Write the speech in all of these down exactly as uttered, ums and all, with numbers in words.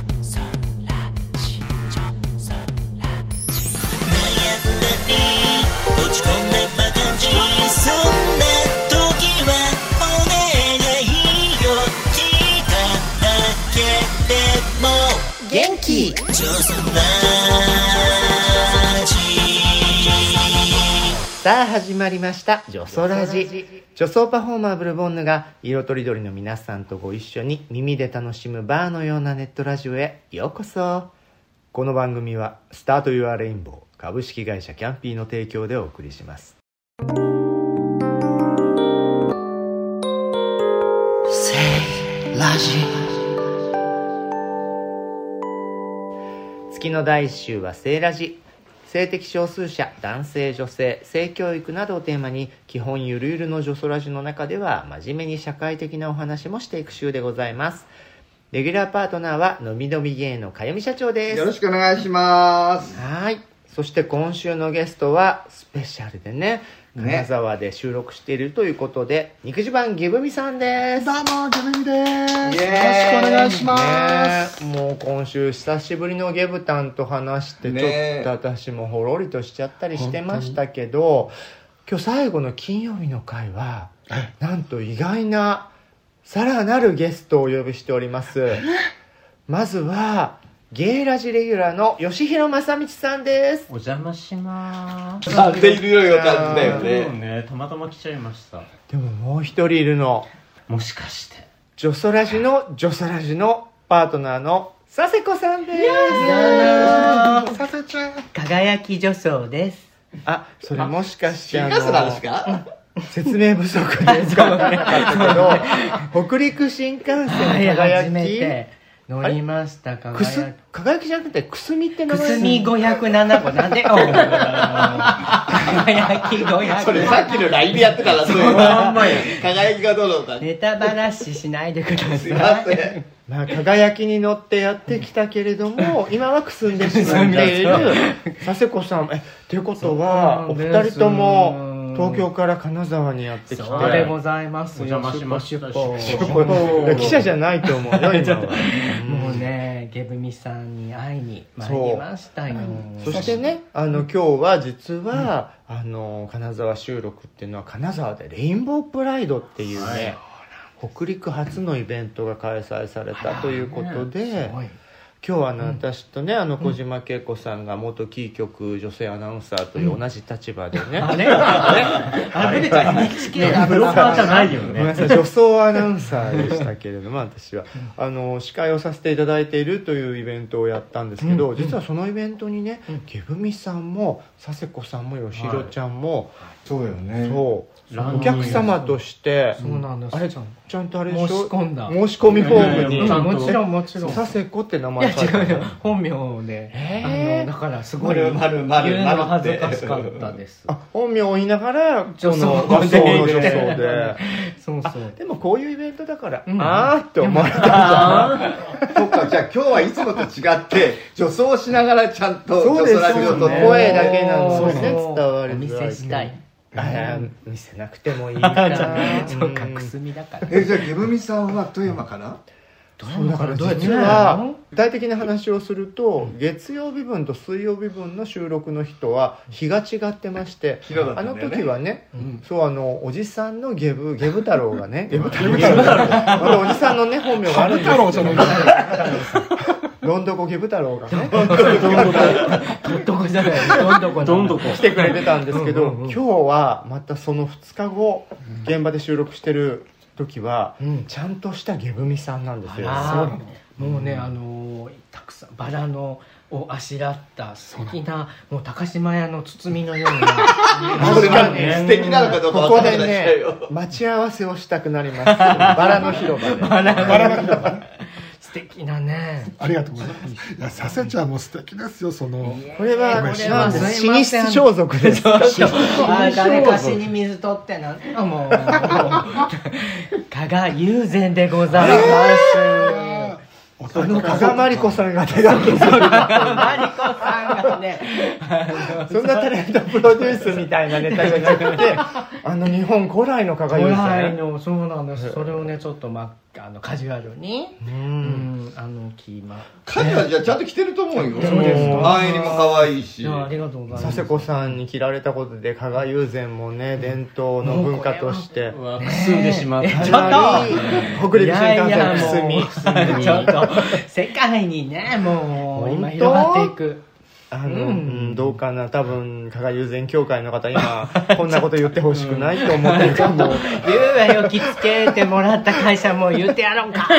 元気さあ始まりましたジョソラジ。女装パフォーマーブルボンヌが色とりどりの皆さんとご一緒に耳で楽しむバーのようなネットラジオへようこそ。この番組はスタートユアレインボー株式会社キャンピーの提供でお送りします。セイラジ。月の第一週はセイラジ。性的少数者、男性女性、性教育などをテーマに基本ゆるゆるのジョソラジの中では真面目に社会的なお話もしていく週でございます。レギュラーパートナーはのびのび芸のかゆみ社長です。 よろしくお願いします。 はい。そして今週のゲストはスペシャルでね、金沢で収録しているということで、ね、肉襦袢ゲブミさんです。 どうもゲブミです。よろしくお願いします、 ね、もう今週久しぶりのゲブタンと話してちょっと私もほろりとしちゃったりしてましたけど、今日最後の金曜日の回はなんと意外なさらなるゲストをお呼びしております。まずはゲイラジレギュラーの吉弘正道さんです。 お邪魔しまーす。 なんでいるような感じだよね。 そうね、たまたま来ちゃいました。 でももう一人いるの。 もしかしてジョソラジのジョソラジのパートナーの佐世子さんです。 させちゃん輝き女装です。 あ、それもしかして新幹線なんですか？ 説明不足ですかね。けど北陸新幹線輝き、 初めて乗りました。 輝き輝きじゃなくてくすみって名前。 くすみごひゃくななごなんでよ。輝きごひゃく。 それさっきの ライン でやってたらそういう輝きがどうのか。 ネタ話しないでください。 すいません。 まあ輝きに乗ってやってきたけれども、今はくすんでしまっている佐世子さん。え、ということはお二人とも東京から金沢にやってきて。 そうでございます。 お邪魔しました。記者じゃないと思うよ今は。 もうね、ゲブミさんに会いに参りましたよ。 そしてね、あの今日は実は、うん、あの金沢収録っていうのは金沢でレインボープライドっていうね、はい、北陸初のイベントが開催されたということで、ね、今日は、ね、うん、私とね、あの小島恵子さんが元キー局女性アナウンサーという同じ立場でね、うん、あれあれ エヌエイチケー のブロガーじゃないよね。ごめんなさい、女装アナウンサーでしたけれども私はあの司会をさせていただいているというイベントをやったんですけど、うん、実はそのイベントにね、うん、ゲブミさんも佐世子さんもよしひろちゃんも、はい、 そうよね、 そうお客様として、 そうなんです。 あれちゃんとあれでしょ、 申し込んだ申し込みフォームに、 うん、もちろんもちろん佐世子って名前書いてある。 いや違うよ、本名で、あのだからすごい言うの恥ずかしかったです。 あ、本名を言いながら女装の女装の女装でそうそう。 でもこういうイベントだから、うん、あーって思われたんだ。 そっか、じゃあ今日はいつもと違って女装しながらちゃんとそうです、 女装ラジオと声だけなのでね、伝わりづらい。 お見せしたい。 あ、見せなくてもいいかな。 そうか、くすみだから。 え、じゃあゲブミさんは富山から？ そうだから実は具体的な話をすると、月曜日分と水曜日分の収録の日とは日が違ってまして、あの時はね、そうあのおじさんのゲブゲブ太郎がね、ゲブ太郎まだおじさんのね本名があるんですけど、どんどこゲブ太郎がね、どんどこじゃない、どんどこどんどこ来てくれてたんですけど、今日はまたそのふつかご現場で収録してる時は、うん、ちゃんとしたゲブミさんなんですよ。 もうね、あのー、たくさんバラのをあしらった素敵な、もう高島屋の包みのような確かに素敵なのかどうか分からないですよ。ここでね、待ち合わせをしたくなります。バラの広場で。バラの広場。 素敵なね。 ありがとうございます。いや、させちゃんも素敵ですよ。そのこれは何です？寝室装束ですか？ 誰かしに水取ってなんてもう加賀友禅でございます。 あの加賀まりこさんが手掛けてるマリコさんがねそんなタレントプロデュースみたいなネタじゃなくてあの日本古来の加賀友古来禅のそうなんです。それをねちょっとまあのカジュアルにううんんあの着まカジュアルじゃちゃんと着てると思うよ。 そうですか前にも可愛いし。 いやありがとうございます。 佐世子さんに着られたことで加賀友禅もね伝統の文化としてうわくすんでしまっえたちょっと北陸新幹線くすみいやいやもうちょっと世界にねもう今本当広がっていく。 あの、 うんうんどうかな多分加賀友禅協会の方今こんなこと言ってほしくないと思ってるかも言うわよ着付けてもらった会社も言ってやろうか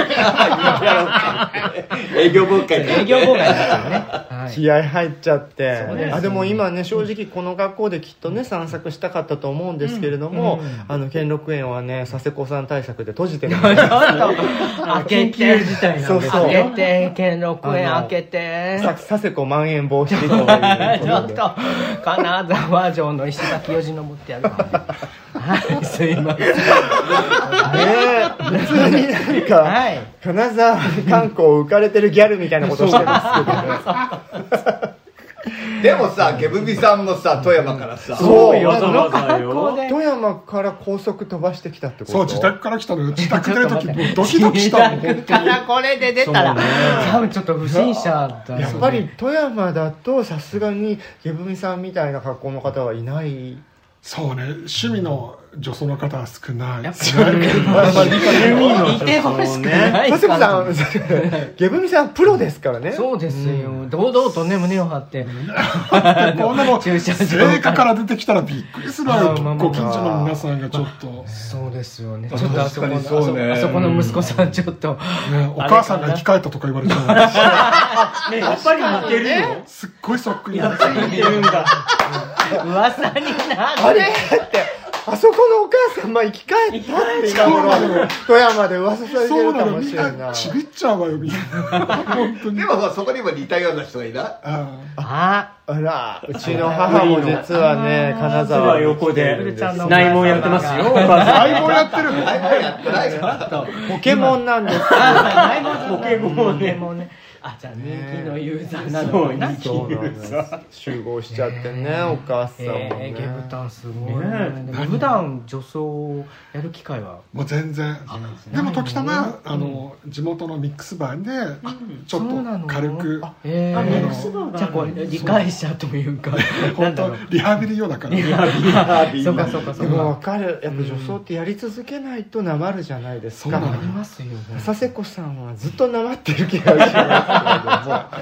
営業妨害営業妨害ですよね、はい、 気合入っちゃってそうですあでも今ね正直この学校できっとね散策したかったと思うんですけれども、 うんうんあの兼六園はね佐世子さん対策で閉じてるんちょっですと開け緊急事態てなんですよそうそう開けて兼六園開けてさ佐世子まん延防止ということでちょっと金沢城の石垣よじ登ってやるからはいすいませんねえ普通になんか、 はい金沢観光を浮かれてるギャルみたいなことしてますけどねでもさゲブビさんもさ富山からさそうわざわざ格好よで富山から高速飛ばしてきたってことそう自宅から来たのよ。自宅出るときもうドキドキしたもん。 自宅からこれで出たら、 そうね多分ちょっと不審者だよねやっぱり富山だとさすがにゲブミさんみたいな格好の方はいないそうね、趣味の女装の方は少ない。 やっぱりいてほしくない佐世子さんゲブミさんプロですからねそうですよ、堂々とね胸を張ってこんなの駐車場聖火から出てきたらびっくりするわよ。 あまあまあご近所の皆さんがちょっそうそうですよねちょっとあそこの確かにそうねあそこの息子さんちょっとね、お母さんが生き返ったとか言われちゃう。 ねやっぱり似てるのすっごいそっくりやっぱり似てるんだ噂になるあれってあそこのお母さんま生き返ったって今頃富山で噂されてそうるかなの、みんもしれないなちびっちゃうわよ、みんな。本当に。 でもさそこにも似たような人がいたあああらうちの母も実はね金実沢には横で来てるんですちゃんの内門やってますよお母あ、 さ相棒やってるの。 あやってないからポケモンなんですよポケモンねもねあじゃあ人気のユーザーなそのなう人気そうなんです集合しちゃってねお母さんもえー、 ねゲブタンすごいねねでも普段女装をやる機会はもう全然。でも時たま、あの、地元のミックスバーで、ちょっそうなのと軽く、 えー、 あミックスバーがあるんですねじゃあこう理解者というかな本当んだろうリハビリ用だから。 そうかそうかそうでもか分かるやっぱ女装ってやり続けないとなまるじゃないですかそうなのありますよ佐世子さんはずっとなまってる気がします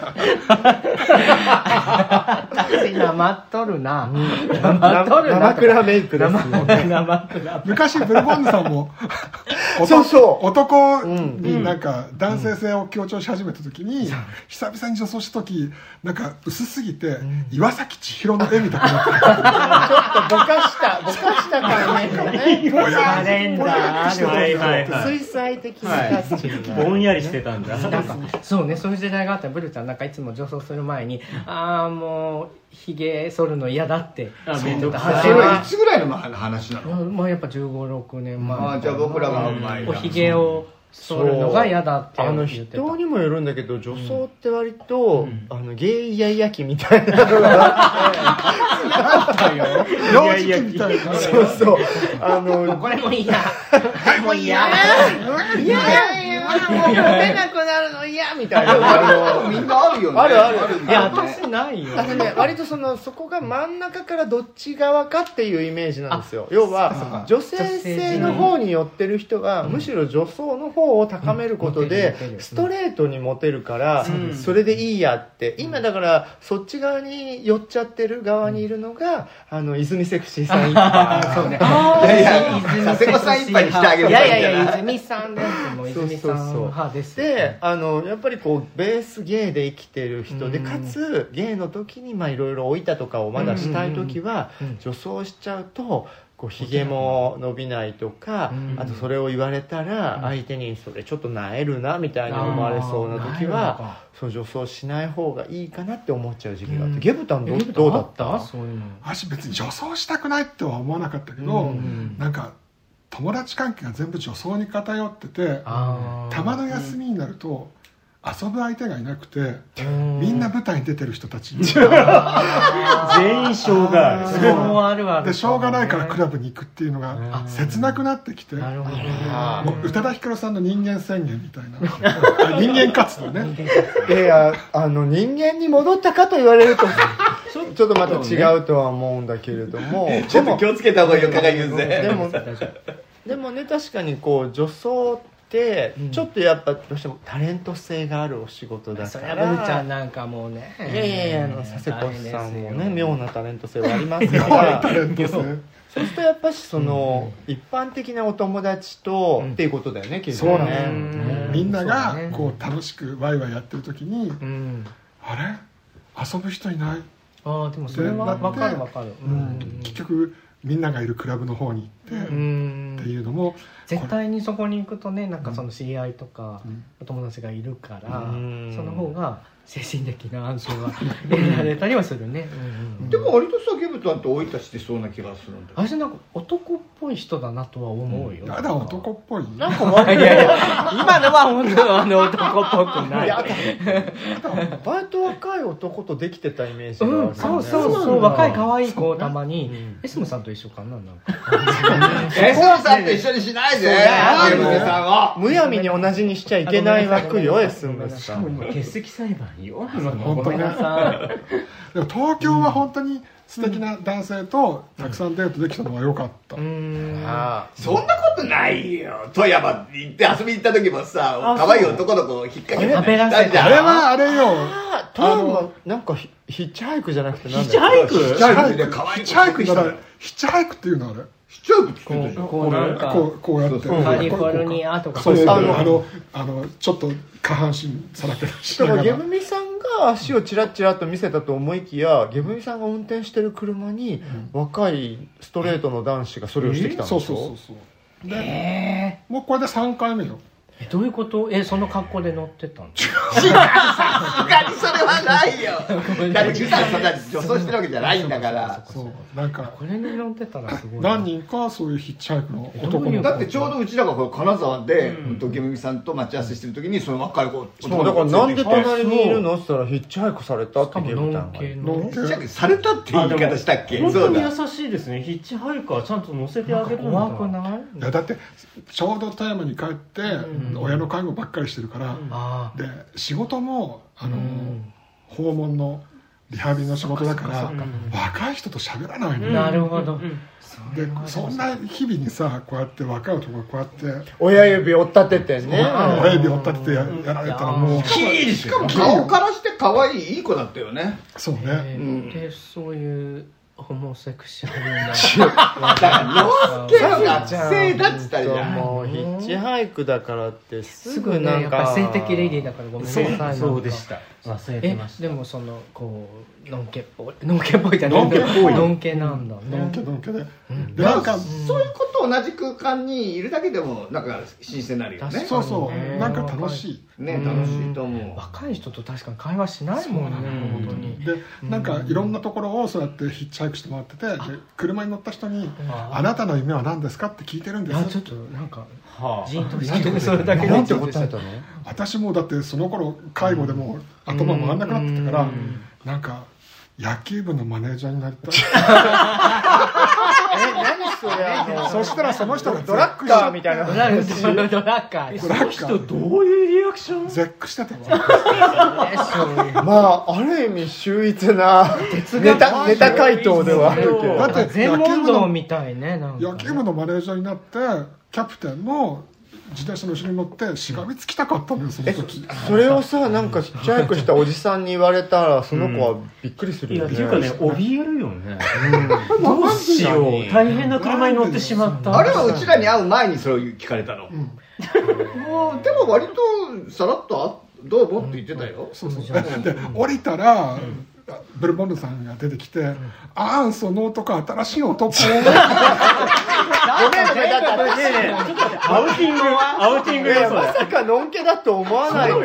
私なまっとるなけどなもまっとるな生クラメイクですよねなまっとるな昔ブルボンヌさんもそうそう男になんか男性性を強調し始めた時に、久々に女装した時なんか薄すぎて、岩崎千尋の絵みたくなってちょっとぼかしたぼかした感じのねぼやカレンダーあるはいはいはい水彩的なタッチになるぼんやりしてたんだなんかそうねそういう時代があったらブルちゃんなんかいつも女装する前にああもうひげ剃るの嫌だってあ面倒くそされはいつぐらいの話なのまあやっぱじゅうご、ろくねんまえあじゃあ僕らが前おひげを剃るのが嫌だってあの言ってた人にもよるんだけど女装って割と、あのゲイイヤイヤ期みたいなのがあって幼児期みたいな。 そうそうあのこれも嫌もう嫌いやいやもう出なくなるの嫌みたいなあのみんなあるよねあるあるいや私ないよあのね割とそのそこが真ん中からどっち側かっていうイメージなんですよ要は女性性の方に寄ってる人がむしろ女装の方を高めることでモテるモテるストレートにモテるからそれでいいやって今だからそっち側に寄っちゃってる側にいるのがあの泉セクシーさん一派そうねいやいや佐世子さん一杯にしてあげるいやいやいや泉さんですもう泉さんそうそうそう派ですであのやっぱりこうベースゲイで生きてる人でうんかつゲイの時にまあいろいろ老いたとかをまだしたい時はうんうんうん女装しちゃうとこうひげも伸びないとかうんあとそれを言われたら相手にそれちょっとなえるなみたいに思われそうな時はそう女装しない方がいいかなって思っちゃう時期があっうんてゲブタンどえどうだったそういうの私別に女装したくないっては思わなかったけど、 うんなんか友達関係が全部女装に偏ってて、 あーたまの休みになると遊ぶ相手がいなくてみんな舞台に出てる人たち全員障害ある。 それもあるあるでしょうがないからクラブに行くっていうのが切なくなってきて、 なるほどもう宇多田ヒカルさんの人間宣言みたいな人間活動ね。 いやいやあの人間に戻ったかと言われるとちょっとまた違うとは思うんだけれども、 ちょっと気をつけた方がいいよ、かが言うぜ。 でもでもね、確かにこう女装ってちょっとやっぱどうしてもタレント性があるお仕事だそから、 れはブルちゃんなんかもうね、 いやいやいや、あの佐世子さんもね妙妙なタレント性はありますからタレント性そうするとやっぱしその、うん、一般的なお友達と、うん、っていうことだよね、きっとね。 そうなんです、うん、みんながこう楽しくワイワイやってる時に、うん、あれ遊ぶ人いない、 あでもそれは分かる分かる、 うん、結局みんながいるクラブの方に行って、うん、っていうのも絶対にそこに行くとね、なんかその知り合いとかお友達がいるから、うん、その方が精神的な安心は得られたりはするね、 うんうん、でも割とさゲブタンって追い出してそうな気がするんだけど、 あれなんか男っぽい人だなとは思うよ、うん、 やだ男っぽいなんかいやいや今のは本当はあの男っぽくない、 割と若い男とできてたイメージがある、ね、 うん、そうそうそう、若い可愛い子たまに、うん、エスムさんと一緒かな、なんかエスムさんと一緒にしないで、ゲブタさんをむやみに同じにしちゃいけない枠よ、エスムさん。 欠席裁判よ、 本当に。でも東京は本当に素敵な男性とたくさんデートできたのは良かった、うん、 あそんなことないよ。富山に行って遊びに行った時もさ、可愛い男の子を引っ掛けてたじゃん。 あれはあれよ、 富山なんかヒッチハイクじゃなくてなんだっけ、 ヒッチハイクヒッチハイクで可愛いヒッチハイクならヒッチハイクっていうのあれヒッチハイクって言ってたじゃん。 こうなんかこうこうやってカリフォルニアとかそうそう、あのあのちょっと下半身さらけ出しながら、 ゲブミさんが足をチラッチラッと見せたと思いきや、ゲブミさんが運転してる車に若いストレートの男子がそれをしてきたんでしょ、 そうそうそうそうで、えー、もうこれでさんかいめよ。 えどういうこと？えその格好で乗ってたの？ さすがにそれはないよ。だって普段そんな女装してるわけじゃないんだから。 そうなんかこれに乗ってたらすごい。 何人かそういうヒッチハイクの男の子。 だってちょうどうちらが金沢でゲムミさんと待ち合わせしてる時にその若い子。 そうだからなんで隣にいるのって言ったらヒッチハイクされたってゲムタンが。 ヒッチハイクされたって言い方したっけ？ 本当に優しいですね。ヒッチハイクはちゃんと乗せてあげるんだ。 怖くない？ いやだってちょうど富山に帰って親の介護ばっかりしてるから、うん、で仕事もあの、うん、訪問のリハビリの仕事だから、うん、若い人と喋らないの、 うん、なるほど、 でそんな日々にさこうやって若い男がこうやって親指を立ててね、 親指を立てて や, やられたらもうしかも顔からして可愛いいい子だったよね。 そうね、 えーうん、でそういうホモセクシャルなだからノースケの学生だっつったりじゃん。 もうヒッチハイクだからってすぐなんか、ね、やっぱ性的レディーだからごめんなさい。 そうでした、忘れてました。 でもそのこうノンケっぽいノンケっぽいじゃないけどノンケなんだね。 ノンケノンケで、 うん、でなんか、うん、そういうこと同じ空間にいるだけでもなんか新鮮になるよね。 そうそうなんか楽しいね、楽しいと思う。 若い人と確かに会話しないもんね、本当に。 でなんかいろんなところをそうやってヒッチハイクしてもらってて、で車に乗った人にあなたの夢は何ですかって聞いてるんですよ。 ちょっとなんかジーンとしてそれだけなんて答えたの？ 私もだってその頃介護でも頭回んなくなってたからなんか野球部のマネージャーになりたい。 え何それ？ そしたらその人がドラッカーみたいな。 ドラッカー。 その人どういうリアクション？ 絶句してたわ。 まあある意味秀逸なネタネタ回答ではあるけど。 だって全問答みたいね。 野球部のマネージャーになってキャプテンの自転車の後ろに乗ってしがみつきたかったんだよその時。 それをさなんかヒッチハイクしたおじさんに言われたらその子はびっくりするよね。 いやっていうかね怯えるよね。うん、どうしよう大変な車に乗ってしまった。 あれはうちらに会う前にそれを聞かれたの。うん、もうでも割とさらっとどうもって言ってたよ。 そうそう。で降りたらブルボンヌさんが出てきて、うん、ああその男新しい男ごめんごめんだってアウティングはアウティングがまさかのんけだと思わないから、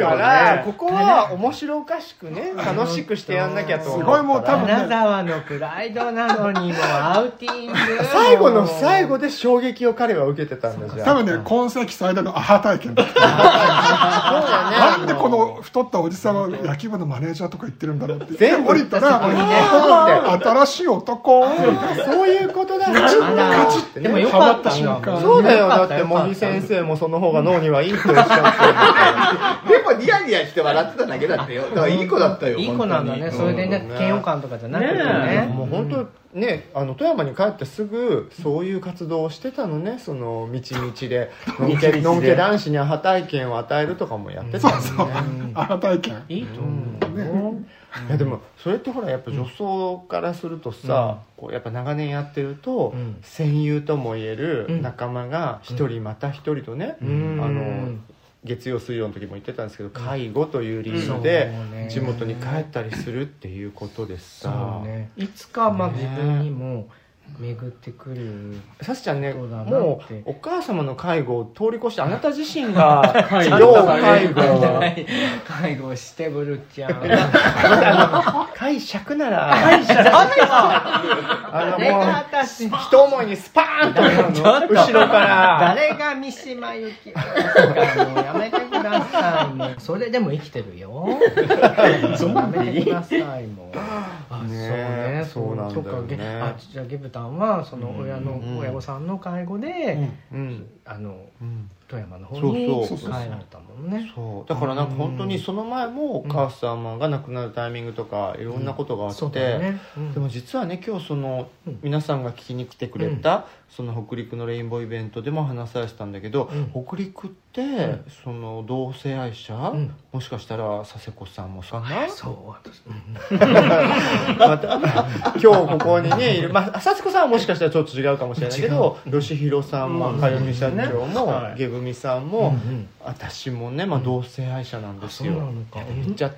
ね、ここは面白おかしくね楽しくしてやんなきゃと思うから。すごいもう多分金沢のプライドなのにもアウティング最後の最後で衝撃を彼は受けてたんだじゃん。 多分ね今世紀最大のアハ体験だったなんでこの太ったおじさんは野球部のマネージャーとか言ってるんだろうって全部降りたら新しい男そういうことだカチッカチッってねよかった瞬間そうだよ。だって茂木先生もその方が脳にはいいっておっしゃってでもニヤニヤして笑ってただけだったよ。だからいい子だったよ。 いい子なんだね。それでね嫌悪感とかじゃなくてねもう本当ね、あの富山に帰ってすぐそういう活動をしてたのね。そのみちみちでのんけのんけ男子にアハ体験を与えるとかもやってたのね。 そうそうアハ体験いいと思うね。 いやでもそれってほらやっぱ女装からするとさ、うん、こうやっぱ長年やってると、うん、戦友ともいえる仲間が一人また一人とね、うん、あの月曜水曜の時も言ってたんですけど介護という理由で地元に帰ったりするっていうことでさ、 そうね、いつかまあ自分にも巡ってくる。 さすちゃんねもうお母様の介護を通り越してあなた自身が要介護介護してブルちゃん解釈なら解釈あのもう一思いにスパーンと後ろから誰が三島由紀夫もうやめてくださいもうそれでも生きてるよやめてくださいもうあねそうなんだよね。あじゃあゲブタンはその親の親御さんの介護であの富山の方に帰られたもんね。 そうだからなんか本当にその前もお母様が亡くなるタイミングとかいろんなことがあって、でも実はね今日その皆さんが聞きに来てくれたその北陸のレインボーイベントでも話されてたんだけど、北陸ってその同性愛者もしかしたら佐世子さんもかな。 そう私また今日ここにねいる、まあ、佐世子さんはもしかしたらちょっと違うかもしれないけど吉弘さんもかよみ社長もゲブミさんも私もね、まあ、同性愛者なんですよ。言っちゃった。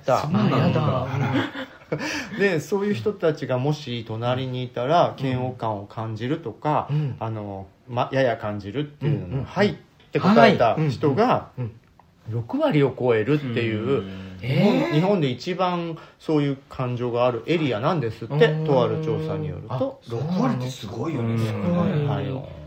でそういう人たちがもし隣にいたら嫌悪感を感じるとか、うん、あのま、やや感じるっていうのに、うん、はいって答えた人がろくわりを超えるっていう、うんえー、日本で一番そういう感情があるエリアなんですって、とある調査によると。 ろくわりってすごいよね。 すごい、はい、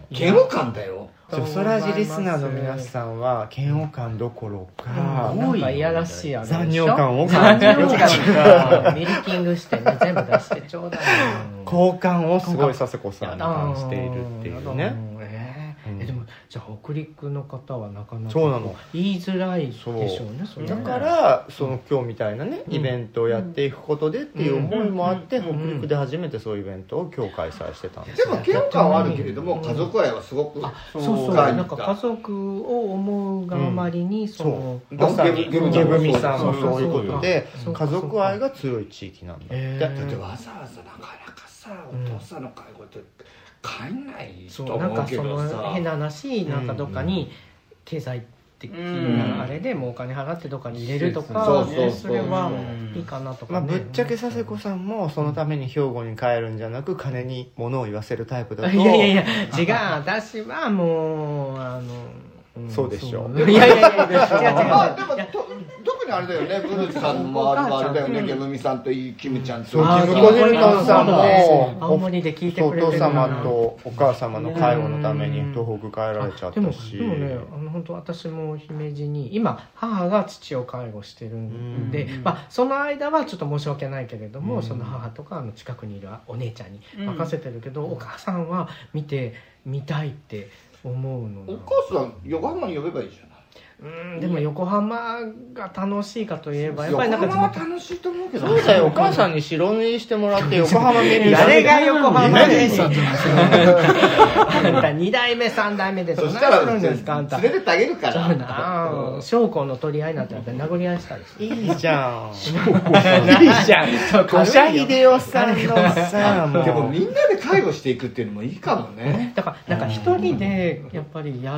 嫌悪感だよ。 ジョソラジリスナーの皆さんは嫌悪感どころか、 なんかいやらしいあれ残尿感を感じるミルキングしてね全部出してちょうだい好感をすごい佐世子さんに感じているっていうね。 えでもじゃあ北陸の方はなかなかそうなの言いづらいでしょうね。それだからその今日みたいなねイベントをやっていくことでっていう思いもあって北陸で初めてそういうイベントを今日開催してたんです。 でも嫌悪感はあるけれども家族愛はすごくそうそうなんか家族を思うがあまりにそのゲブミさんもそういうことで家族愛が強い地域なんだって。 だってわざわざなかなかさお父さんの介護って買えないと思うけどさ、なんかその変な話なんかどっかに経済的なあれでもうお金払ってどっかに入れるとか、それはいいかなとか、ね、 まあ、ぶっちゃけ佐世子さんもそのために兵庫に帰るんじゃなく金に物を言わせるタイプだと。 いやいやいや違う私はもうあのうん、そうでしょう。いやいやいや違う違う違う。 でも特にあれだよね、ブルースさんの周りはあれだよね、ゲムミさんといいキムちゃんとキムコジミカンさんも青森で聞いてくれてるお父様とお母様の介護のために東北帰られちゃったし。 でもね、あの本当私も姫路に今母が父を介護してるんで、まあその間はちょっと申し訳ないけれども、その母とかの近くにいるお姉ちゃんに任せてるけど、お母さんは見てみたいって思うの。 お母さん横浜に呼べばいいじゃない。 うんでも横浜が楽しいかといえばやっぱりなんか横浜は楽しいと思うけど、 そうだよ、お母さんに白塗りしてもらって横浜メリー誰が横浜メリーあんたに代目さん代目でそしたら連れてってあげるから。 そうな将校の取り合いになって殴り合いしたりしていいじゃんいいじゃん五社秀夫さんのさでもみんなで介護していくっていうのもいいかもね。 だからなんか一人でやっぱりやる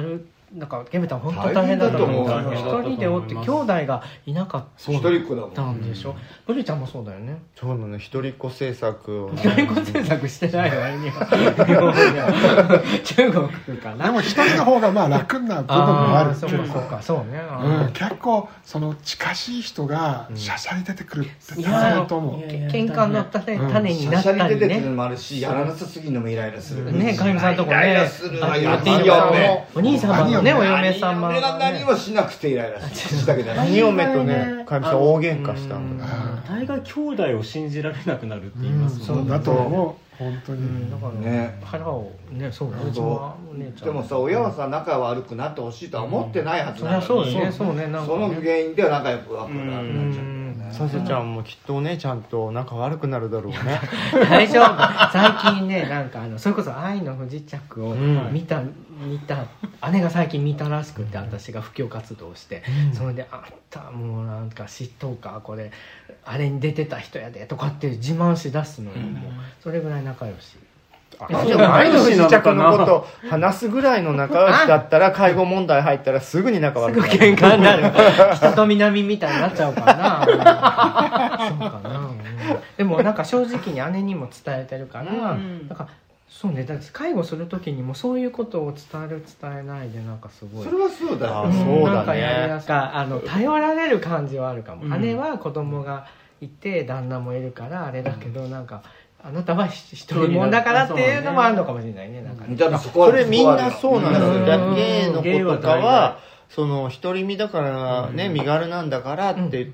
なんかゲメタン本当大変だと思う。 大変だと思う一人でおって兄弟がいなかった一人っ子だもんんでしょ。ブリちゃんもそうだよね。 そうなの、一人っ子政策を、 一人っ子政策してないよね、日本で中国かな。 でも一人の方がまあ楽な部分もある。 そうかそうか、そうね。 うん、結構その近しい人がしゃしゃり出てくるって大変と思う。 喧嘩の種種になっしゃしゃたりり出てくるのね。 もあるし、やらなさすぎるのもイライラするね、かみさんとこね。 イライラするわよ。 兄嫁お兄様のね、お嫁様俺が何もしなくてイライラしたけどね。 兄嫁とね、かみさん大喧嘩したんだよ。 大概兄弟を信じられなくなるって言いますもんね。 そうだと思う。本当に。 だからね腹をね、そうね、うちそうもお姉ちゃんでもさ、親はさ、仲悪くなってほしいとは思ってないはずそりなのに、 ゃそうね、そうね、なんかその原因では仲良く悪くなっちゃううんんだよね。 させちゃんもきっとお姉ちゃんと仲悪くなるだろうね。 大丈夫。最近ね、なんかあのそれこそ愛の不時着を見た、見た姉が最近見たらしくて、私が布教活動をして、それで「あんたもうなんか嫉妬か、これあれに出てた人やで」とかって自慢しだすのよ、もうそれぐらい仲良し。 でも愛の不時着のこと話すぐらいの仲良しだったら、介護問題入ったらすぐに仲悪くなる。 すぐ喧嘩になる。人と南みたいになっちゃうかな。そうかな、うん、でもなんか正直に姉にも伝えてるから、うん、なんかそうね、だって介護する時にもそういうことを伝える伝えないで、なんかすごいそれはそうだよ。 あそうだね。 なんかやりやすか、あの頼られる感じはあるかも、うん、姉は子供がいて旦那もいるからあれだけど、なんかあなたは一人もんだからっていうのもあるのかもしれないね。なんかね、 じゃあそこはそれみんなそうなんですよ。 うんゲイの子とかはその独り身だからね、身軽なんだからって言って、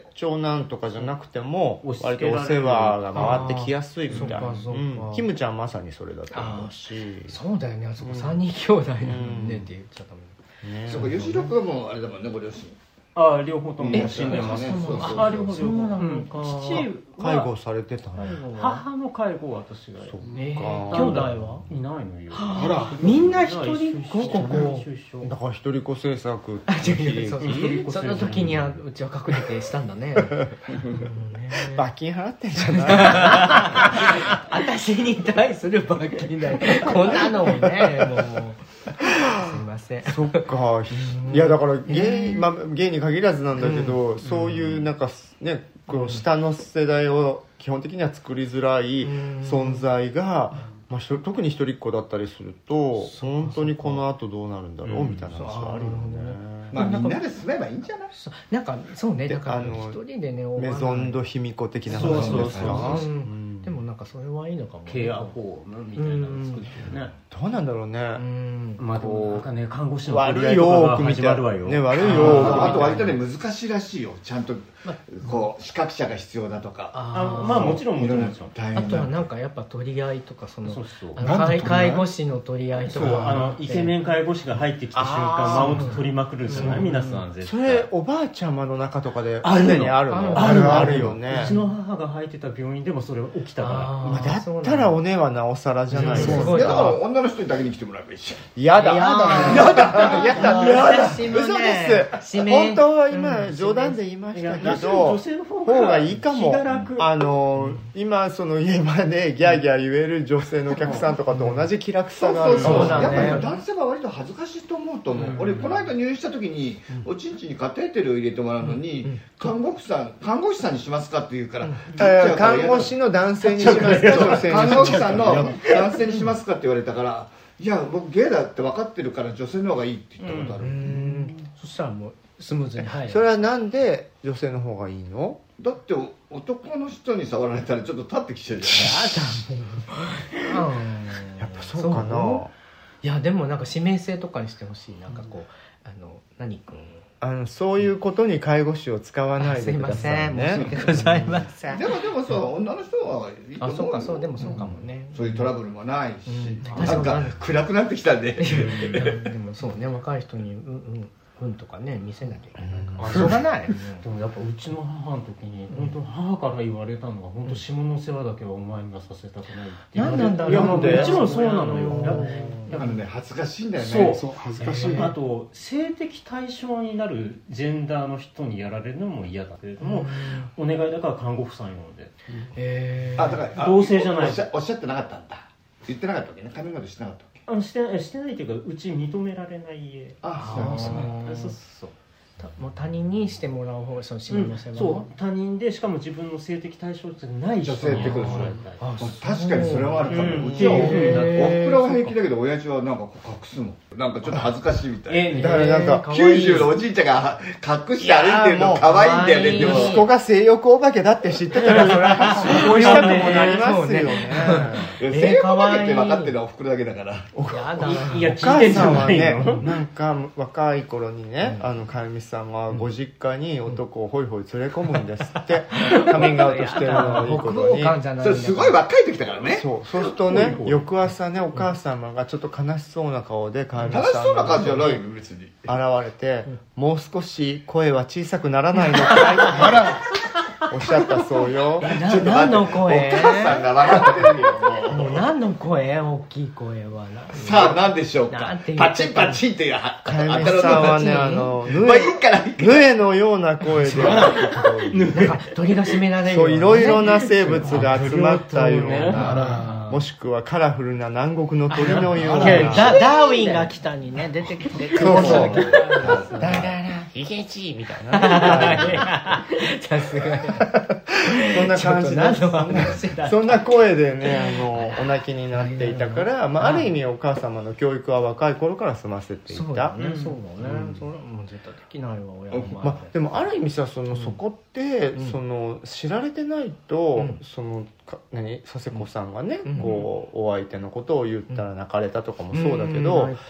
長男とかじゃなくても割とお世話が回ってきやすいみたいな。キムちゃんまさにそれだと思うし。 そうだよね、あそこさんにん兄弟なんでって言っちゃったもんね。 そこ吉田君もあれだもんね、ご両親。 ああ、両方とも死んでます。 ああ、両方そうなのか。父介護されてたの。 母の介護は私が。 兄弟はいないのよ。 あら、 みんな一人っ子、ここだから一人っ子政策。 その時にはうちは隠れてしたんだね。 罰金払ってんじゃない？ 私に対する罰金だよ。こんなのをね、もう。すいません。 そっか。いやだからゲイ、まあゲイに限らずなんだけど、そういうなんかね、こう下の世代を基本的には作りづらい存在が、まあ特に一人っ子だったりすると、本当にこの後どうなるんだろうみたいな話はあるよね。 まあみんなで住めばいいんじゃない？ なんかそうね、だから一人でね、 メゾンド卑弥呼的な話ですか。 でもなんかそれはいいのかも。 ケアホームみたいなの作ってね。 どうなんだろうね。 まあでもなんかね、看護師の悪いよく見てね、悪いよ。 あと割とね難しいらしいよ。ちゃんとこう資格者が必要だとか。 あ、まあもちろんもちろん。 あとはなんかやっぱ取り合いとか、その介護士の取り合いとか、 あのイケメン介護士が入ってきた瞬間マウント取りまくるじゃない皆さん絶対。 それおばあちゃまの中とかで常にあるの？ あるあるよね。 うちの母が入ってた病院でもそれ起きたから。 だったらおねはなおさらじゃないですか。 だから女の人にだけに来てもらえばいいし。 やだ。やだ。やだ。やだ。 嘘です。本当は今冗談で言いましたけど、方がいいかも。あの今その家までギャーギャー言える女性のお客さんとかと同じ気楽さがあるかもしれない。 やっぱり男性は割と恥ずかしいと思うと思う。俺この間入院した時におちんちんにカテーテルを入れてもらうのに、看護師さん看護師さんにしますかって言うから、 看護師の男性にしますか、女性に。 看護師さんの男性にしますかって言われたから、いや僕ゲイだって分かってるから女性の方がいいって言ったことある。 そしたらもうスムーズに入る。 それはなんで女性の方がいいの？ だって男の人に触られたらちょっと立ってきちゃうじゃない。 やっぱそうかな。 いやでもなんか指名制とかにしてほしい。なんかこうあの何君あのそういうことに介護士を使わないでくださいね。 申し訳ございません。 でもでもそう女の人はいいと思うよ。 あ、そうか、そうでもそうかもね。 そういうトラブルもないし、なんか暗くなってきたんで。 でもそうね、若い人にうんうんうんとかね見せなきゃいけないから。しょうがない。 でもやっぱうちの母の時に本当母から言われたのが本当下の世話だけはお前にはさせたくないって。 なんなんだろう。 いやもちろんそうなのよ。 だからね恥ずかしいんだよね。 そう恥ずかしい。あと性的対象になるジェンダーの人にやられるのも嫌だけれども、お願いだから看護婦さん呼んで。 ええ。あだから同性じゃない。 おっしゃってなかったんだ。言ってなかったわけね。髪までしてなかったわけ。 あのしてしてないというかうち認められない家。 あそうそうそう。 もう他人にしてもらう方、その島の世話、うん、 そう他人でしかも自分の性的対象じゃない人にやってもらいたい。 確かにそれはあるかも、うん、うちはおふくろは平気だけど親父はなんか隠すのなんかちょっと恥ずかしいみたい。 えだからなんかきゅうじゅうのおじいちゃんが隠して歩いてるの可愛いんだよね。でも息子が性欲お化けだって知ってたらそれはそうしたくもなりますよね。 性欲お化けって分かってるのはおふくろだけだから。 お母さんはねなんか若い頃にねあのかゆみさんはご実家に男をホイホイ連れ込むんですってカミングアウトしてるのをいい頃に。 それすごい若い時だからね。 そうそうするとね翌朝ねお母様がちょっと悲しそうな顔でかゆみさん楽しそうな感じじゃないよ別に。 現れて、うん、もう少し声は小さくならないのかいあらおっしゃったそうよ。 ちょっと何の声？ お母さんが笑ってるよもう。 もう何の声？大きい声はさあ何でしょうか。パチンパチンっていうかゆみさんはねあのヌエのような声でなんか鳥が締められるような、ね、 そういろいろな生物が集まったような。もしくはカラフルな南国の鳥のようなダ, ダーウィンが来たにね出てきてそうそうダララヒゲチみたいなさすがにそんな感じでそんな声でねあのお泣きになっていたから、まあ、ある意味お母様の教育は若い頃から済ませていた。 そうだね、うん、そうだね、うん、それはもう絶対できないわ親の前で、 まあ、でもある意味さその、うん、そこって、うん、その知られてないと、うん、そのか何佐世子さんがね、うん、こうお相手のことを言ったら泣かれたとかもそうだけど、うんうん、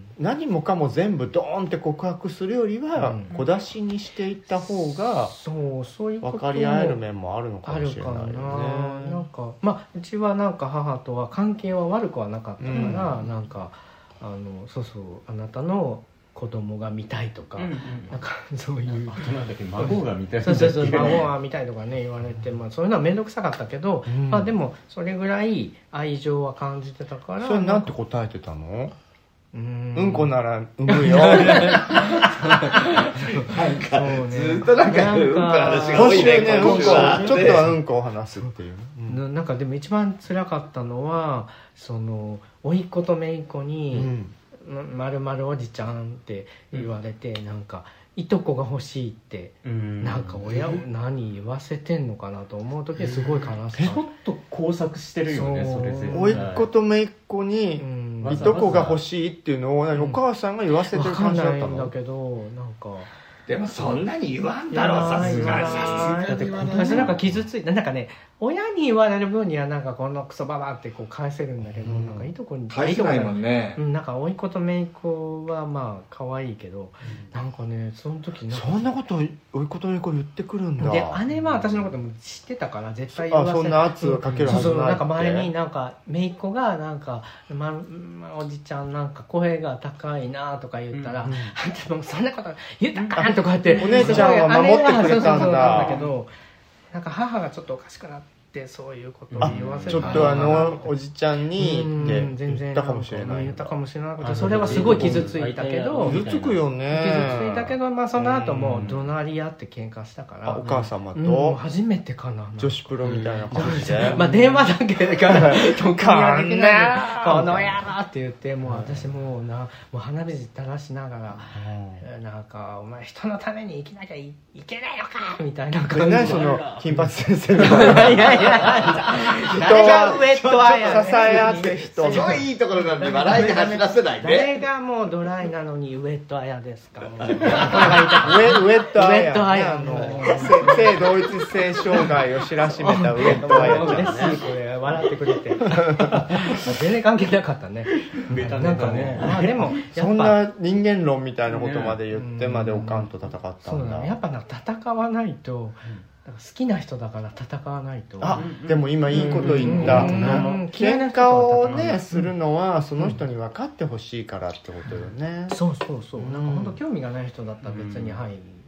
何もかも全部ドーンって告白するよりは、うん、小出しにしていった方が分かり合える面もあるのかもしれないよね。 なんかまあうちはなんか母とは関係は悪くはなかったから、うん、なんかあのそうそうあなたの子供が見たいとか、うんうん、なんかそういうあとなんだっけ孫が見たいそうそうそう孫が見たいとかね言われて、まあ、そういうのは面倒くさかったけど、うん、まあでもそれぐらい愛情は感じてたから。 それなんて答えてたの？うん、うんこなら産むよなんかずっとなんかうんこの話が多いね。 ねうんこちょっとはうんこを話すっていう、 うん、なんかでも一番辛かったのはその甥っ子と姪っ子に、うんまるまるおじちゃんって言われて、うん、なんかいとこが欲しいって、うん、なんか親を何言わせてんのかなと思う時はすごい悲しかった。 ちょっと工作してるよねそれ全然。 甥っ子と姪っ子にいとこが欲しいっていうのをお母さんが言わせてる感じだったの？ 分かんないんだけどなんかでもそんなに言わんだろうさすがに。 だって私なんか傷ついてなんかね親に言われる分にはなんかこのクソババってこう返せるんだけど、うん、なんかいいとこに返せないもんね。 うん、なんか甥っ子と姪っ子はまあ可愛いけど、うん、なんかねその時なんかそんなこと甥っ子と姪っ子言ってくるんだ。 で姉は私のことも知ってたから絶対言わせあそんな圧をかけるはずないって。そうそうなんか前になんか姪っ子がなんか、まま、おじちゃんなんか声が高いなとか言ったら、うんうん、あんたもうそんなこと言ったかんとか言ってお姉ちゃんは守ってくれたんだ。 そうそうそうなんだけどなんか母がちょっとおかしくなってそういうことを言わせちょっとあのおじちゃんにって言ったかもしれない。 言ったかもしれなくてそれはすごい傷ついたけど傷つくよね。 傷ついたけど、まあ、その後も怒鳴り合って喧嘩したからお母様と、 うん、初めてかな女子プロみたいな感じで、 まあ電話だけから特にはできないこの野郎って言ってもう私もうなもう鼻水垂らしながら、うん、なんかお前人のために生きなきゃいけないのかみたいな感じでその金八先生のいやいや誰がウェットアイや支え合って人すごいいいところなんで笑いで走らせないね。 誰がもうドライなのにウェットアヤですか。ウェットアヤ、ね、あの性同一性障害を知らしめたウェットアヤちゃんね。 これ笑ってくれて全然関係なかったね。なんかね、まあでもそんな人間論みたいなことまで言ってまでおかんと戦ったんだ。 そうだね。やっぱな戦わないと。好きな人だから戦わないと。 あ、でも今いいこと言った。喧嘩をねするのはその人に分かってほしいからってことよね。 そうそうそう。なんか本当興味がない人だったら別にはい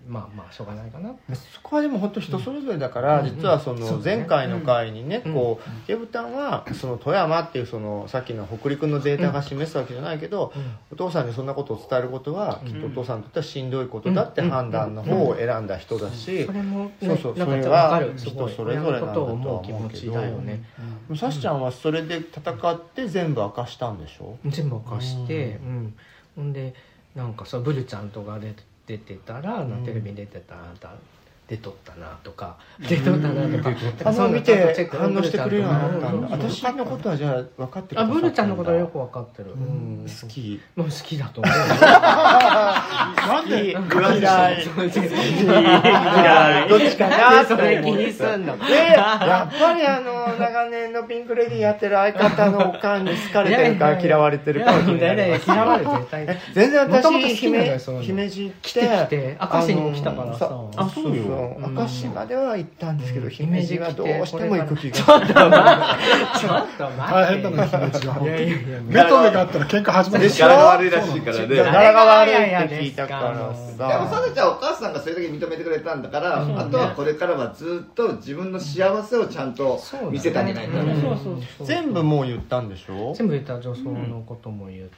まあまあしょうがないかな。 そこはでも本当人それぞれだから、うん、実はその前回の回にね、うん、こうゲブタンはその富山っていうそのさっきの北陸のデータが示すわけじゃないけど、うん、お父さんにそんなことを伝えることは、うん、きっとお父さんにとってはしんどいことだって判断の方を選んだ人だし、 それも、ね、 そうそう、それは人それぞれなんだとは思うけど、さしちゃんはそれで戦って全部明かしたんでしょ？ 全部明かして、うん、ほんでなんかさブルちゃんとかで出てたら、うん、テレビに出てたらあんた出とったなとか、うん、出とったなとか、 あの見て反応してくれるようになったんだ。私のことはじゃあ分かってくださったんだ。あ、 ブルちゃんのことはよく分かってる、 うん、好き、 もう好きだと思う。 なんで嫌い嫌いどっちかなそれ気にすんの。 でやっぱりあの長年のピンクレディーやってる相方のおかんに好かれてるか嫌われてるか嫌われて絶対全然私姫姫路来て明石にも来たからさ。 あ、そうよ。明石までは行ったんですけど、姫路はどうしても行く気が。 ちょっと待って、ちょっと待って。 大変だな姫路は。目と目があったら喧嘩始まる。 柄が悪いらしいからね。 柄が悪いって聞いたからさ。 でもさなちゃんお母さんがそれだけ認めてくれたんだから、あとはこれからはずっと自分の幸せをちゃんと見せてあげないと。 全部もう言ったんでしょ？ 全部言った。女装のことも言って、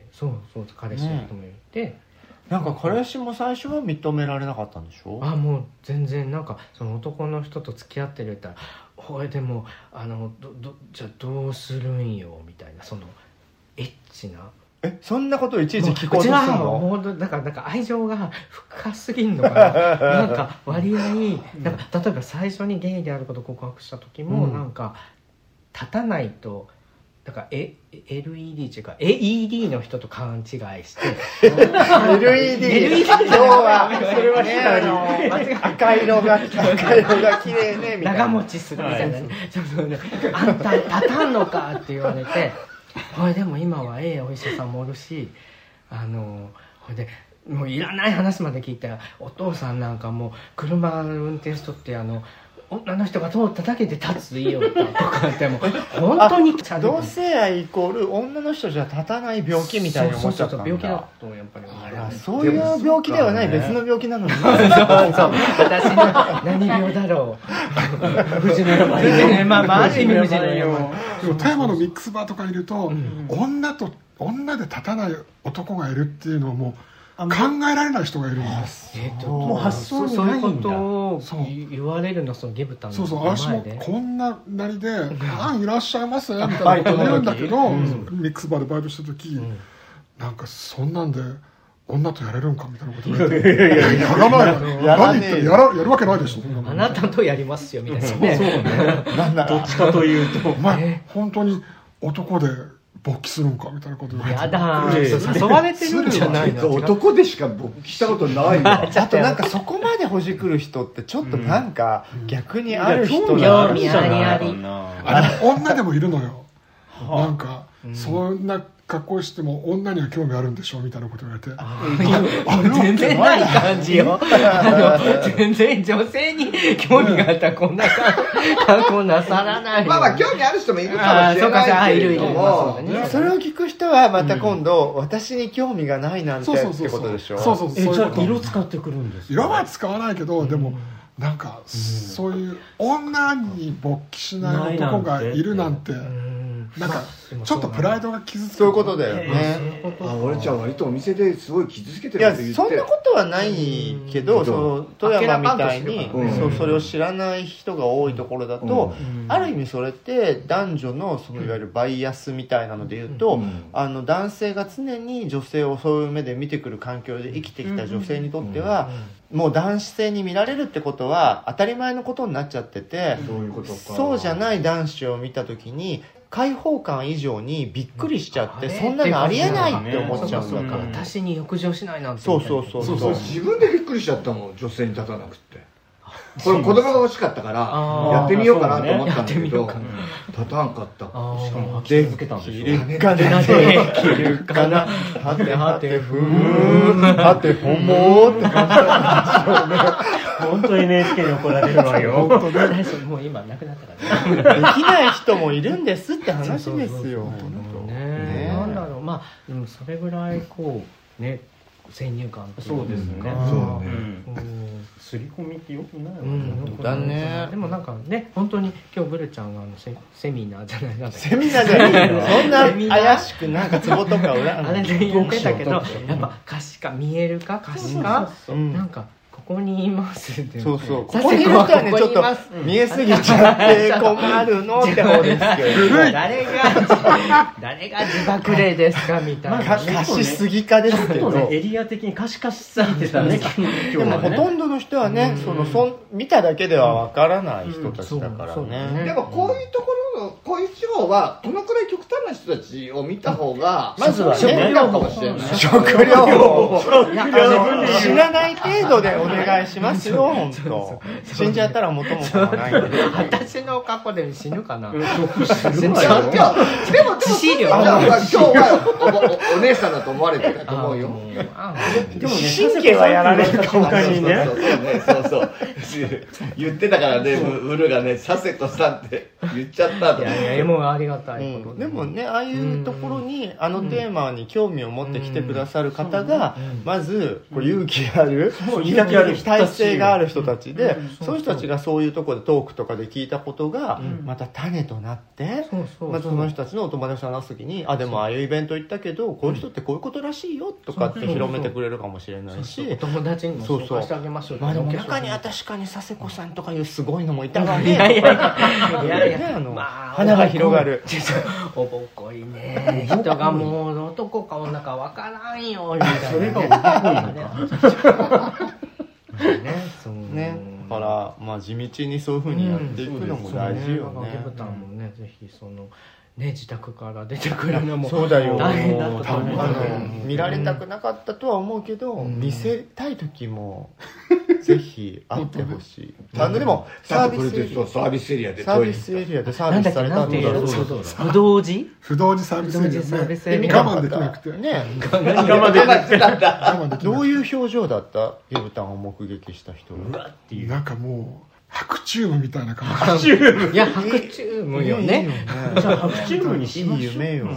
そうそう彼氏のことも言って。 なんか彼氏も最初は認められなかったんでしょ？ あ、もう全然なんかその男の人と付き合ってるって言ったら「おいでもあのどどじゃあどうするんよ」みたいな、そのエッチな。 え、そんなことをいちいち聞こうとするの？ もうだからなんか愛情が深すぎんのかな。なんか割合なんか例えば最初にゲイであることを告白した時も、うん、なんか立たないと。だからえ エルイーディー っていうか エーイーディー の人と勘違いしてエルイーディー 今日はそれはね、赤色が赤色が綺麗ねみたいな、 長持ちするみたいな、ね、ちょっとね、あんた立たんのかって言われて、ほいでも今はええお医者さんもおるし、あのほいでもういらない話まで聞いて、お父さんなんかもう車運転しとってあの女の人が通っただけで立ついいよとかっても本当に同性愛イコール女の人じゃ立たない病気みたいに思っちゃったんだ。 そうそうそう、病気だとやっぱりあら、そういう病気ではない、別の病気なのに。そうそう私の何病だろう。藤野山ね、まあまあある意味藤野山。 でも富山のミックスバーとかいると、うん、女と女で立たない男がいるっていうのはもう考えられない人がいるんです。 えー、ともう発想にないんだ。そういうことを言われるの、そのゲブタンの前で。そうそう、 私もこんななりで「あんいらっしゃいませ」みたいなこと言うんだけど、うん、ミックスバーでバイトした時、うん、なんかそんなんで女とやれるんかみたいなこと言われて、やらないや何言ってやらやるわけないでしょ。 あなたとやりますよみたいな。そうね。どっちかというと、 お前本当に男で勃起するんかみたいなこと言われて、 やだー、誘われてるんじゃないの。 男でしか勃起したことないわ。 あとなんかそこまでほじくる人ってちょっとなんか逆にある人なんじゃないあれ女でもいるのよ。なんかそんな格好しても女には興味あるんでしょみたいなこと言われて、 あ全然ない感じよ。あの全然女性に興味があったらこんな格好なさらない。 まあまあ興味ある人もいるかもしれないけれども、 それを聞く人はまた今度、私に興味がないなんてってことでしょ。 そうそうそう。え、じゃあ色使ってくるんですか？ 色は使わないけど、でもなんかそういう女に勃起しない男がいるなんて、なんかちょっとプライドが傷つく。 そういうことだよね。 あ、俺ちゃん割とお店ですごい傷つけてるって言って。いや、そんなことはないけど、その富山みたいにそうそれを知らない人が多いところだと、ある意味それって男女のそのいわゆるバイアスみたいなので言うと、あの男性が常に女性をそういう目で見てくる環境で生きてきた女性にとっては、もう男子性に見られるってことは当たり前のことになっちゃってて、そうじゃない男子を見た時に開放感以上にびっくりしちゃって、そんなのありえないって思っちゃうんだから、 私に浴場しないなんて。 そうそうそうそう、 自分でびっくりしちゃったもん、女性に立たなくって。これ子供が欲しかったからやってみようかなと思ったんだけど、立たんかった。しかも吐き続けたんでしょ。 できるかなできるかな、はてはてふーんはてほもーって感じなんでしょうね。 本当に エヌエイチケー に怒られるわよ。 本当ね。もう今なくなったからね。 できない人もいるんですって話ですよ。 ね。なんだろう、まあでもそれぐらいこうね、 先入観っていうか。 そうですね。 そうね。 刷り込みってよくない。うん、だね。 でもなんかね、本当に今日ブルちゃんがあの セ, セミナーじゃないなんだセミナーじゃないの。そんな怪しくなんかツボとか裏あれで言ってたけど、やっぱ可視化見えるか可視化、なんかここにいますって。 そうそう。ここにいる人はねちょっと見えすぎちゃって困るのって方ですけど。 誰が誰が自爆霊ですかみたいな。 可視すぎかですけど。 エリア的に可視化しすぎてたね。 でもほとんどの人はね、そのそ見ただけではわからない人たちだからね。 でもこういうところのこういう地方はこのくらい極端な人たちを見た方がまずは食療法かもしれない。 食療法。知らない程度でお願いしますよ本当。死んじゃったら元も子もないんで。 私の過去で死ぬかな。 でもでも致死量。今日はお姉さんだと思われてたと思うよ。 でもね、 神経はやられるかも他にね。 そうそう言ってたからね、ウルがね、佐世子さんって言っちゃったと。 いやいやもうありがたいこと。 でもね、ああいうところにあのテーマに興味を持ってきてくださる方がまず勇気ある、勇気ある体制がある人たちで、そういう人たちがそういうところでトークとかで聞いたことがまた種となって、まずその人たちのお友達と話す時に、あでもああいうイベント行ったけどこういう人ってこういうことらしいよとかって広めてくれるかもしれないし、 お友達にも紹介してあげましょう。 まあでも中には確かに佐世子さんとかいうすごいのもいたわね。 いやいやいやいや、 花が広がる。 おぼっこいね。人がもう男か女かわからんよみたいな。 それがおぼっこいのか。 ね、だからまあ地道にそういう風にやっていくのも大事よね。 ゲブタンもね、ぜひそのね、自宅から出てくるのもそうだよ、 大変だと思う。 あの見られたくなかったとは思うけど、見せたい時もぜひ会ってほしい。あのでもサービスエリア、 サービスエリアでサービスエリアでサービスされたんだろう。 不動寺不動寺サービスエリアで我慢できなくてね、 我慢できなくて我慢できなくてどういう表情だったゲブタンを目撃した人は。 なんかもう白チュームみたいな感じ。いや白チュームよね。 じゃあ白チュームにしましょう。 いい夢よ。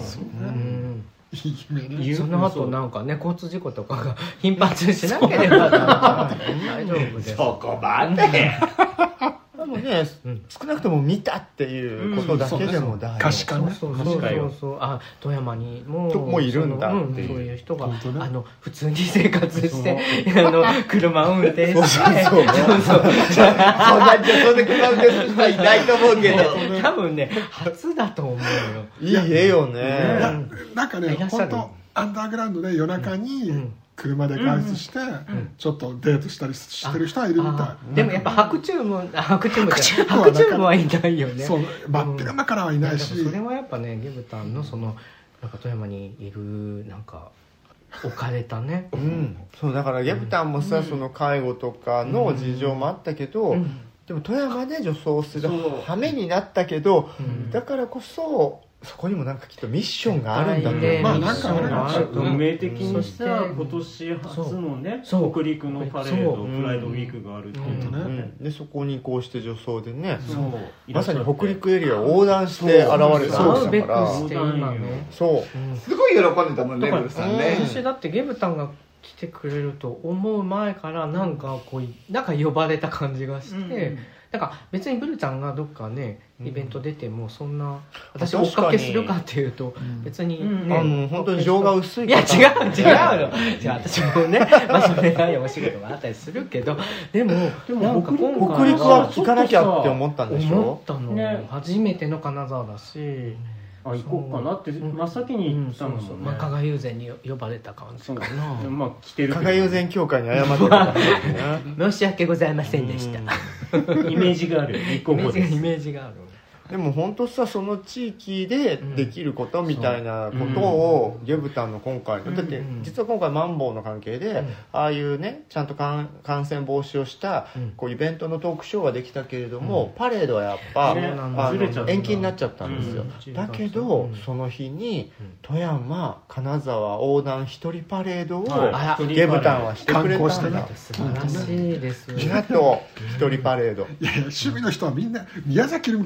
その後なんかね、交通事故とかが頻発しなければ大丈夫です。 そこまで。 でもね、少なくとも見たっていうことだけでも大可視化ね。 そうそうそう。あ、富山にももういるんだっていう、 そういう人があの普通に生活してあの車運転して、そうそう。 そんなそんな車運転する人はいないと思うけど、 多分ね初だと思うよ。 いい絵よね。 なんかね、本当アンダーグラウンドで夜中に車で外出してちょっとデートしたりしてる人はいるみたい。 でもやっぱ白チューム白チューム白チュームはいないよね。 そう、真っ昼間からはいないし。 それはやっぱね、ゲブタンのそのなんか富山にいるなんか置かれたね。 うん。そうだからゲブタンもさ、その介護とかの事情もあったけど、でも富山で女装する羽目になったけど、だからこそそこにもなんかきっとミッションがあるんだと思う。 まあなんかある運命的にした今年初のね、北陸のパレード、プライドウィークがあるっていうね。 でそこにこうして女装でね、まさに北陸エリアを横断して現れたんだから、 そうすごい喜んでたもんね、ブルさんね。 私だってゲブタンが来てくれると思う前からなんかこうなんか呼ばれた感じがして、なんか別にブルちゃんがどっかねイベント出てもそんな私追っかけするかっていうと別にね、 あの本当に情が薄いいや違う違うのじゃあ私もねまあそれなりお仕事があったりするけど、でもなんか今回北陸は行かなきゃって思ったんでしょ。 思ったの初めての金沢だし、 あ行こうかなって真っ先に言ったのもね、 加賀友禅に呼ばれた感じかな。 まあ来てる加賀友禅協会に謝ってた申し訳ございませんでした。 イメージがある、立候補です。 イメージがある。 でも本当さ、その地域でできることみたいなことをゲブタンの今回の、だって実は今回マンボウの関係でああいうねちゃんと感染防止をしたこうイベントのトークショーはできたけれども、パレードはやっぱあの延期になっちゃったんですよ。だけどその日に富山金沢横断一人パレードをゲブタンはしてくれたんだ。 素晴らしいです。 あと一人パレード。 いやいや、趣味の人はみんな宮崎留美子さんだっても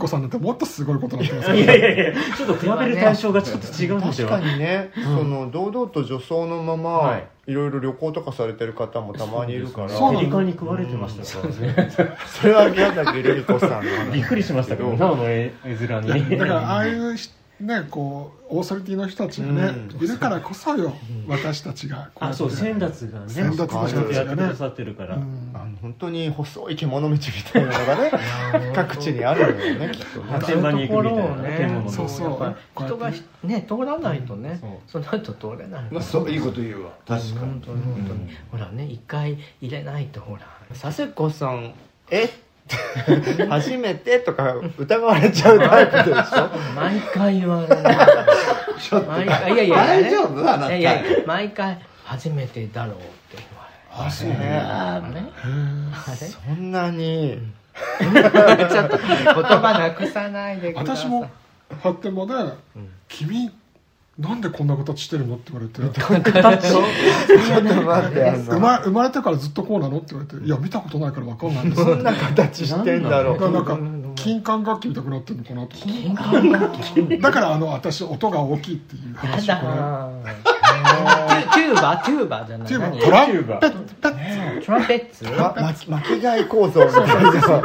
もっとすごいことになってますいやいやいやちょっと比べる対象がちょっと違うんですよ。 確かにね、うん、その堂々と女装のまま、はい、いろいろ旅行とかされてる方もたまにいるから、 ペリカンに食われてましたからね。 それは宮崎瑠璃子さんのびっくりしましたけど、なおの絵面にだからああいうね、こうオーソリティの人たちがね、うん、いるからこそよ、うん、私たちがこうあそう先達がね先達の人たちがねやってくださってるから、うん、 あの本当に細い獣道みたいなのがね各地にあるのよねきっとね。 天場に行くみたいなね、 獣そうそう人がね通らないとね、うん、その後通れない、 まあ、そういいこと言うわ確かに、 本当に本当に、うん、ほらね一回入れないとほら佐世子さんえ初めてとか疑われちゃうタイプでしょ毎回言われるちょっと毎回いやいや大丈夫あなたいやいや毎回初めてだろうって言われる。 あそうねあれあれそんなにちょっと言葉なくさないでください。 私も発展場で、うん、君なんでこんな形してるのって言われてちょっと待って生ま生まれてからずっとこうなのって言われていや見たことないから分かんないんですどんな形してんだろう。 なんか金管楽器みたくなってるのかなと。 金管楽器だからあの私音が大きいっていう話やだトゥーバトゥーバじゃないトゥーバトランペットトランペッツ巻き貝構造みたいな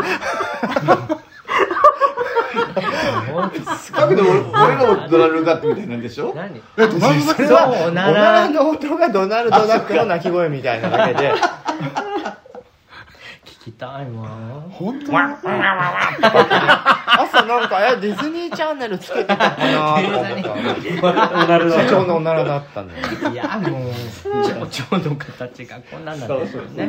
だけど俺のドナルドダックみたいなんでしょ。 何？ えドナルドダックはおならの音がドナルドダックの鳴き声みたいなだけで聞きたいわ。 本当？ 朝なんかえディズニーチャンネルつけてたかなと思ったら社長のおならだったんだよ。 いやもう社長の形がこんなんなんですよね。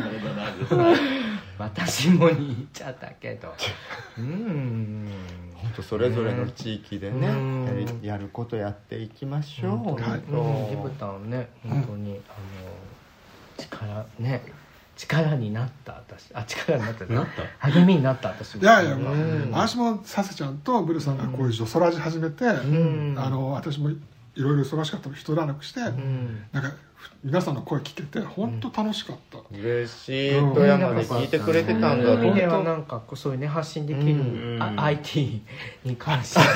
私もに言っちゃったけどうん本当それぞれの地域でね、ねや, やることやっていきましょう。 本当にギブタンね本当に、うん、あの力ね力になった私あ力になったなった励みになった私。 いやいや、まあ、私もサセちゃんとブルさんがこういう女装ラジ始めて、うん、あの私もいろいろ忙しかったの一段落して、うん、なんか皆さんの声聞けて本当楽しかった、 うん、嬉しい。富山で聞いてくれてたんだ。 そういう意味ではなんかそういうね発信できる、うん、アイティー に関して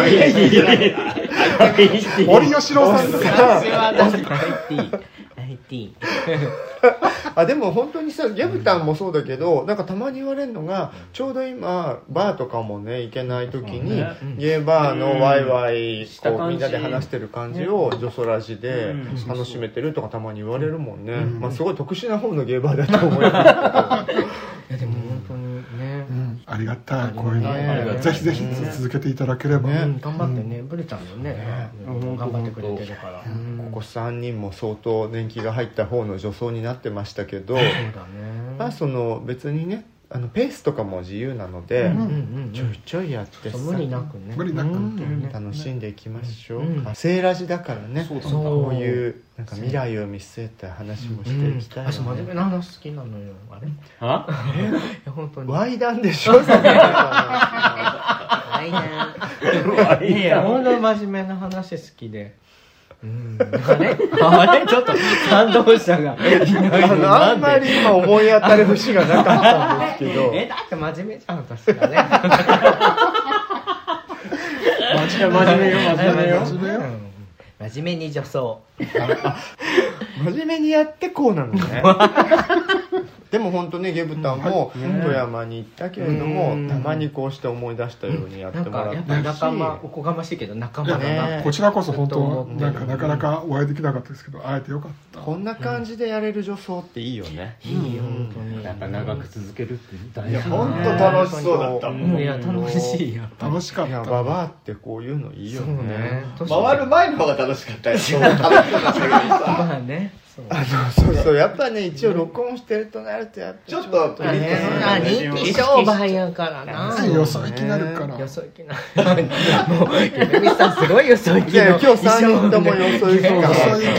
森喜朗さんですか。 アイティーアイティーあでも本当にさギャブタンもそうだけど、うん、なんかたまに言われるのが、うん、ちょうど今バーとかもね行けない時に、ね、ゲーバーのワイワイこうみんなで話してる感じを女装ラジで楽しめてるとかたまに言われるもんね、うんまあ、すごい特殊な方のゲーバーだと思いますけどいやでも本当にね、 うん、ありがたいこういうの、ね、ぜひぜひ続けていただければ、ねうん、頑張ってね、うん、ブルちゃんもね、ねうん、頑張ってくれてるから、うん、 ここさんにんも相当年季が入った方の女装になってましたけど、 そうだね、 まあその別にねあのペースとかも自由なので、うんうんうん、ちょいちょいやってさ無理なくね無理なく、うん、 楽しんでいきましょう、うん、セーラジだからね、そうこういうなんか未来を見据えた話もしていきたい、ね、 うんうん、真面目な話好きなのよ。あれあえいや本当にワイダンでしょワイダンいや本当に真面目な話好きでうん、あれあれちょっと賛同者がいないのああんまり今思い当たる節がなかったんですけどえだって真面目じゃん私がね真面目よ真面目よ真面目よ、うん、真面目に女装真面目にやってこうなのねでも本当ねゲブタンも富山に行ったけれども、うん、たまにこうして思い出したようにやってもらって、 うん、なんかやっぱ仲間おこがましいけど仲間だな、 ね、こちらこそ本当なんかなかなかお会いできなかったですけど会えてよかった。 こんな感じでやれる女装っていいよね、 うん、いいよ本当にやっぱ長く続けるって大事。 本当楽しそうだったもん、 うん、いや楽しいや楽しかった。いやババアってこういうのいいよ ね, ね回る前の方が楽しかったよそう楽しかったけどさまあねそうあのそうそうやっぱね一応録音してるとなるとやっぱちょっとプリッと人気商売やからなよそ行きなるからよそ行きなるもうケミさんすごいよそ行きのいや今日さんにんともよそ行きだから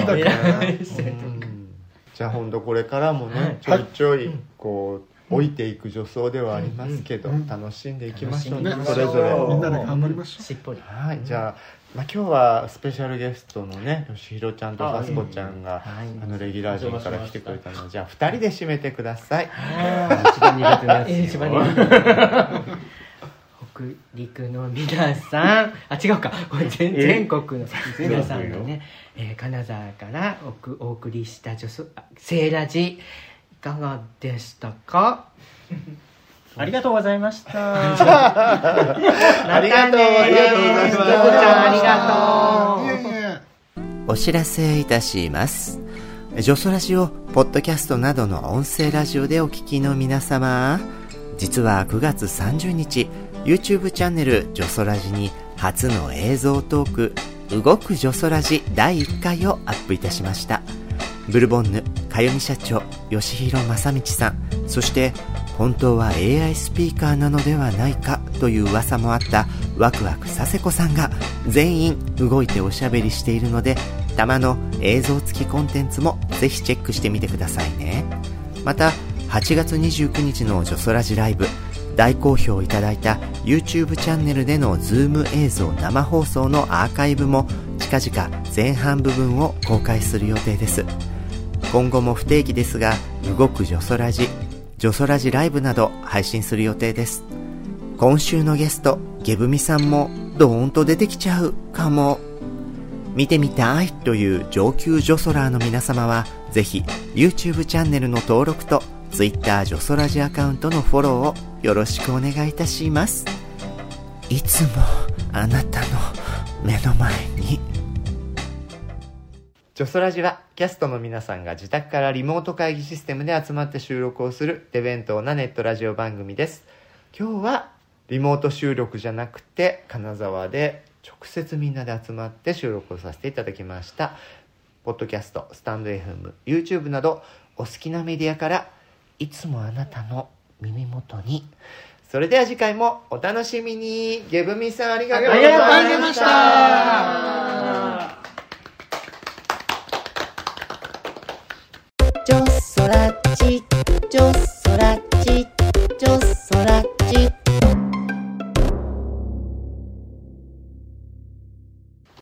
じゃあ本当これからもねちょいちょいこう置いていく女装ではありますけど楽しんでいきましょうねそれぞれみんなで頑張りましょう。 しっぽりはいじゃあまあ、今日はスペシャルゲストのねよしひろちゃんとさすこちゃんが あ,、はい、あのレギュラー陣から来てくれたのでじゃあふたりで締めてください。 一番苦手なやつ一番苦手北陸陸の皆さんあ違うか全, 全国の皆さんのね、えー、金沢からお, くお送りした女装セーラジいかがでしたか？ ありがとうございました。 ありがとうございました。 ありがとう。 お知らせいたします。ジョソラジをポッドキャストなどの音声ラジオでお聞きの皆様、実はくがつさんじゅうにち YouTube チャンネルジョソラジに初の映像トーク動くジョソラジだいいっかいをアップいたしました。ブルボンヌかよみ社長吉弘正道さん、そして本当は エーアイ スピーカーなのではないかという噂もあったワクワクさせこさんが全員動いておしゃべりしているので、たまの映像付きコンテンツもぜひチェックしてみてくださいね。またはちがつにじゅうくにちのジョソラジライブ、大好評いただいた YouTube チャンネルでのズーム映像生放送のアーカイブも近々前半部分を公開する予定です。今後も不定期ですが動くジョソラジジョソラジライブなど配信する予定です。今週のゲストゲブミさんもドーンと出てきちゃうかも。見てみたいという上級ジョソラーの皆様はぜひ YouTube チャンネルの登録と Twitter ジョソラジアカウントのフォローをよろしくお願いいたします。いつもあなたの目の前に。 ジョソラジはキャストの皆さんが自宅からリモート会議システムで集まって収録をする手弁当なネットラジオ番組です。今日はリモート収録じゃなくて金沢で直接みんなで集まって収録をさせていただきました。ポッドキャスト、スタンド エフエム、YouTube などお好きなメディアからいつもあなたの耳元に。それでは次回もお楽しみに。ゲブミさんありがとうございました。 ジョソラジジョ